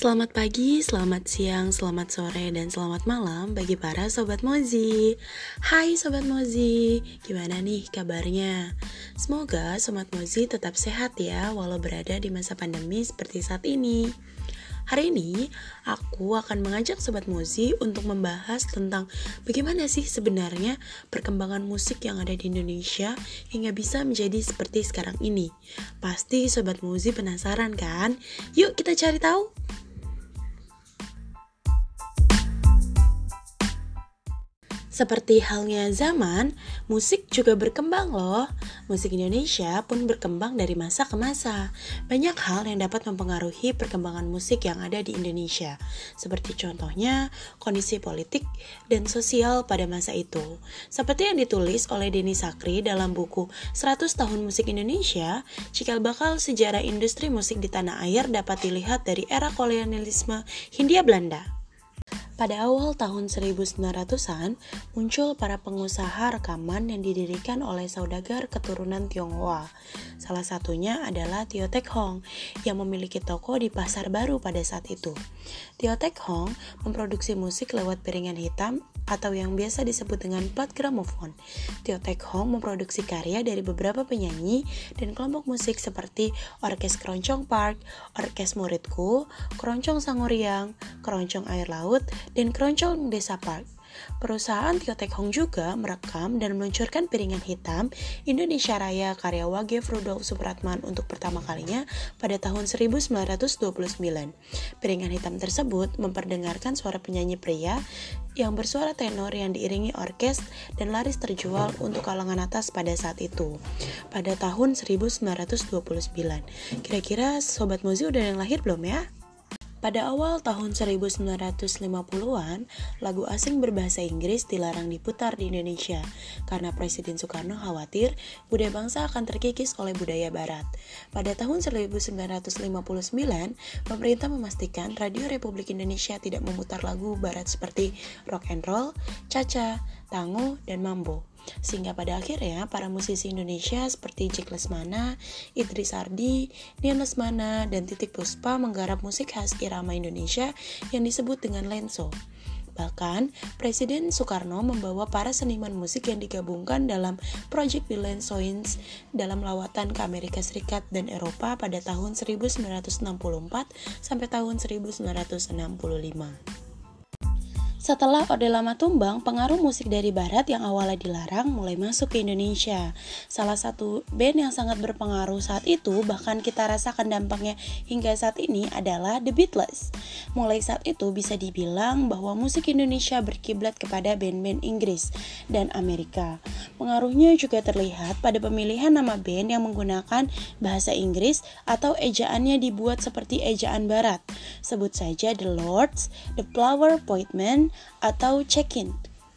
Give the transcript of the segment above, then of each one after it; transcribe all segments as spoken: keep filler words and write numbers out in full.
Selamat pagi, selamat siang, selamat sore, dan selamat malam bagi para Sobat Mozi. Hai Sobat Mozi, gimana nih kabarnya? Semoga Sobat Mozi tetap sehat ya walau berada di masa pandemi seperti saat ini. Hari ini aku akan mengajak Sobat Mozi untuk membahas tentang bagaimana sih sebenarnya perkembangan musik yang ada di Indonesia hingga bisa menjadi seperti sekarang ini. Pasti Sobat Mozi penasaran kan? Yuk kita cari tahu. Seperti halnya zaman, musik juga berkembang loh. Musik Indonesia pun berkembang dari masa ke masa. Banyak hal yang dapat mempengaruhi perkembangan musik yang ada di Indonesia. Seperti contohnya, kondisi politik dan sosial pada masa itu. Seperti yang ditulis oleh Denny Sakrie dalam buku seratus Tahun Musik Indonesia, cikal bakal sejarah industri musik di tanah air dapat dilihat dari era kolonialisme Hindia Belanda. Pada awal tahun seribu sembilan ratusan, muncul para pengusaha rekaman yang didirikan oleh saudagar keturunan Tionghoa. Salah satunya adalah Tio Tek Hong, yang memiliki toko di Pasar Baru pada saat itu. Tio Tek Hong memproduksi musik lewat piringan hitam atau yang biasa disebut dengan plat gramofon. Tio Tek Hong memproduksi karya dari beberapa penyanyi dan kelompok musik seperti Orkes Keroncong Park, Orkes Muridku, Keroncong Sanguriang, Keroncong Air Laut, dan Keroncong Desa Park. Perusahaan Tio Tek Hong juga merekam dan meluncurkan piringan hitam Indonesia Raya karya Wage Rudolf Supratman untuk pertama kalinya pada tahun seribu sembilan ratus dua puluh sembilan. Piringan hitam tersebut memperdengarkan suara penyanyi pria yang bersuara tenor yang diiringi orkes dan laris terjual untuk kalangan atas pada saat itu, pada tahun seribu sembilan ratus dua puluh sembilan. Kira-kira Sobat Mozi udah yang lahir belum ya? Pada awal tahun seribu sembilan ratus lima puluhan, lagu asing berbahasa Inggris dilarang diputar di Indonesia karena Presiden Soekarno khawatir budaya bangsa akan terkikis oleh budaya barat. Pada tahun seribu sembilan ratus lima puluh sembilan, pemerintah memastikan Radio Republik Indonesia tidak memutar lagu barat seperti rock and roll, cha-cha, tango, dan mambo. Sehingga pada akhirnya para musisi Indonesia seperti Jack Lesmana, Idris Sardi, Dian Lesmana, dan Titik Puspa menggarap musik khas irama Indonesia yang disebut dengan lenso. Bahkan, Presiden Soekarno membawa para seniman musik yang digabungkan dalam proyek The Lensoins dalam lawatan ke Amerika Serikat dan Eropa pada tahun seribu sembilan ratus enam puluh empat sampai tahun seribu sembilan ratus enam puluh lima. Setelah Orde Lama tumbang, pengaruh musik dari barat yang awalnya dilarang mulai masuk ke Indonesia. Salah satu band yang sangat berpengaruh saat itu, bahkan kita rasakan dampaknya hingga saat ini adalah The Beatles. Mulai saat itu bisa dibilang bahwa musik Indonesia berkiblat kepada band-band Inggris dan Amerika. Pengaruhnya juga terlihat pada pemilihan nama band yang menggunakan bahasa Inggris atau ejaannya dibuat seperti ejaan barat. Sebut saja The Lords, The Flower Poetmen, atau Check-in.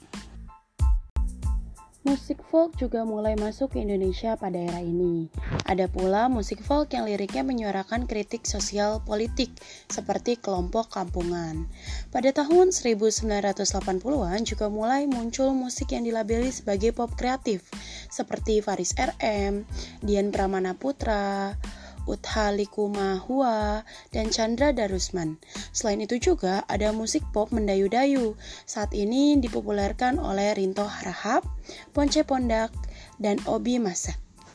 Musik folk juga mulai masuk ke Indonesia pada era ini. Ada pula musik folk yang liriknya menyuarakan kritik sosial politik seperti kelompok kampungan. Pada tahun seribu sembilan ratus delapan puluhan juga mulai muncul musik yang dilabeli sebagai pop kreatif seperti Faris R M, Dian Pramana Putra, Utha Likumahua, dan Chandra Darusman. Selain itu juga ada musik pop mendayu-dayu. Saat ini dipopulerkan oleh Rinto Harahap, Ponce Pondak, dan Obi Masak.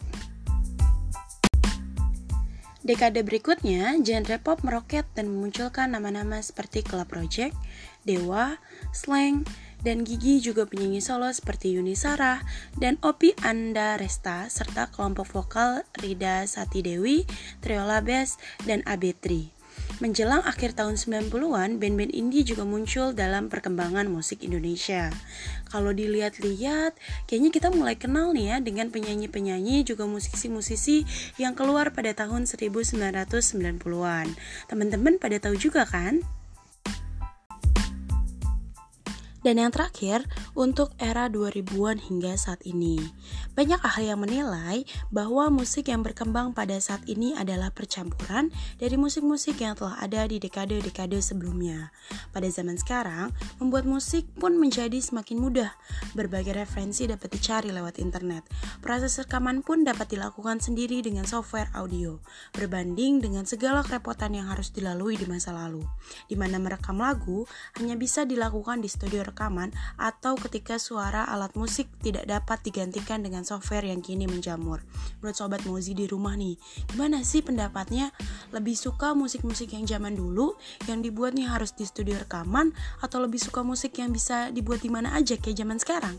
Dekade berikutnya, genre pop meroket dan memunculkan nama-nama seperti Club Project, Dewa, Slank, dan Gigi juga penyanyi solo seperti Yuni Sarah dan Opi Anda Resta serta kelompok vokal Rida Sati Dewi, Trio Labes, dan A B Tri. Menjelang akhir tahun sembilan puluhan, band-band indie juga muncul dalam perkembangan musik Indonesia. Kalau dilihat-lihat, kayaknya kita mulai kenal nih ya dengan penyanyi-penyanyi juga musisi-musisi yang keluar pada tahun seribu sembilan ratus sembilan puluhan. Teman-teman pada tahu juga kan? Dan yang terakhir, untuk era dua ribuan hingga saat ini. Banyak ahli yang menilai bahwa musik yang berkembang pada saat ini adalah percampuran dari musik-musik yang telah ada di dekade-dekade sebelumnya. Pada zaman sekarang, membuat musik pun menjadi semakin mudah. Berbagai referensi dapat dicari lewat internet. Proses rekaman pun dapat dilakukan sendiri dengan software audio, berbanding dengan segala kerepotan yang harus dilalui di masa lalu, di mana merekam lagu hanya bisa dilakukan di studio rekaman atau ketika suara alat musik tidak dapat digantikan dengan software yang kini menjamur. Menurut Sobat Mozi di rumah nih, gimana sih pendapatnya? Lebih suka musik-musik yang zaman dulu yang dibuatnya harus di studio rekaman atau lebih suka musik yang bisa dibuat di mana aja kayak zaman sekarang?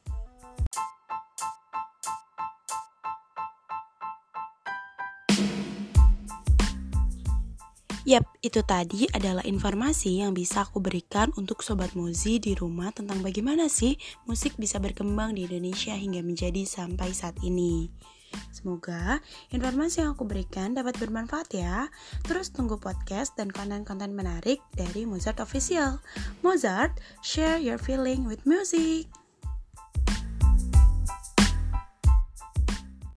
Yap, itu tadi adalah informasi yang bisa aku berikan untuk Sobat Mozi di rumah tentang bagaimana sih musik bisa berkembang di Indonesia hingga menjadi sampai saat ini. Semoga informasi yang aku berikan dapat bermanfaat ya. Terus tunggu podcast dan konten-konten menarik dari Mozart Official. Mozart, share your feeling with music.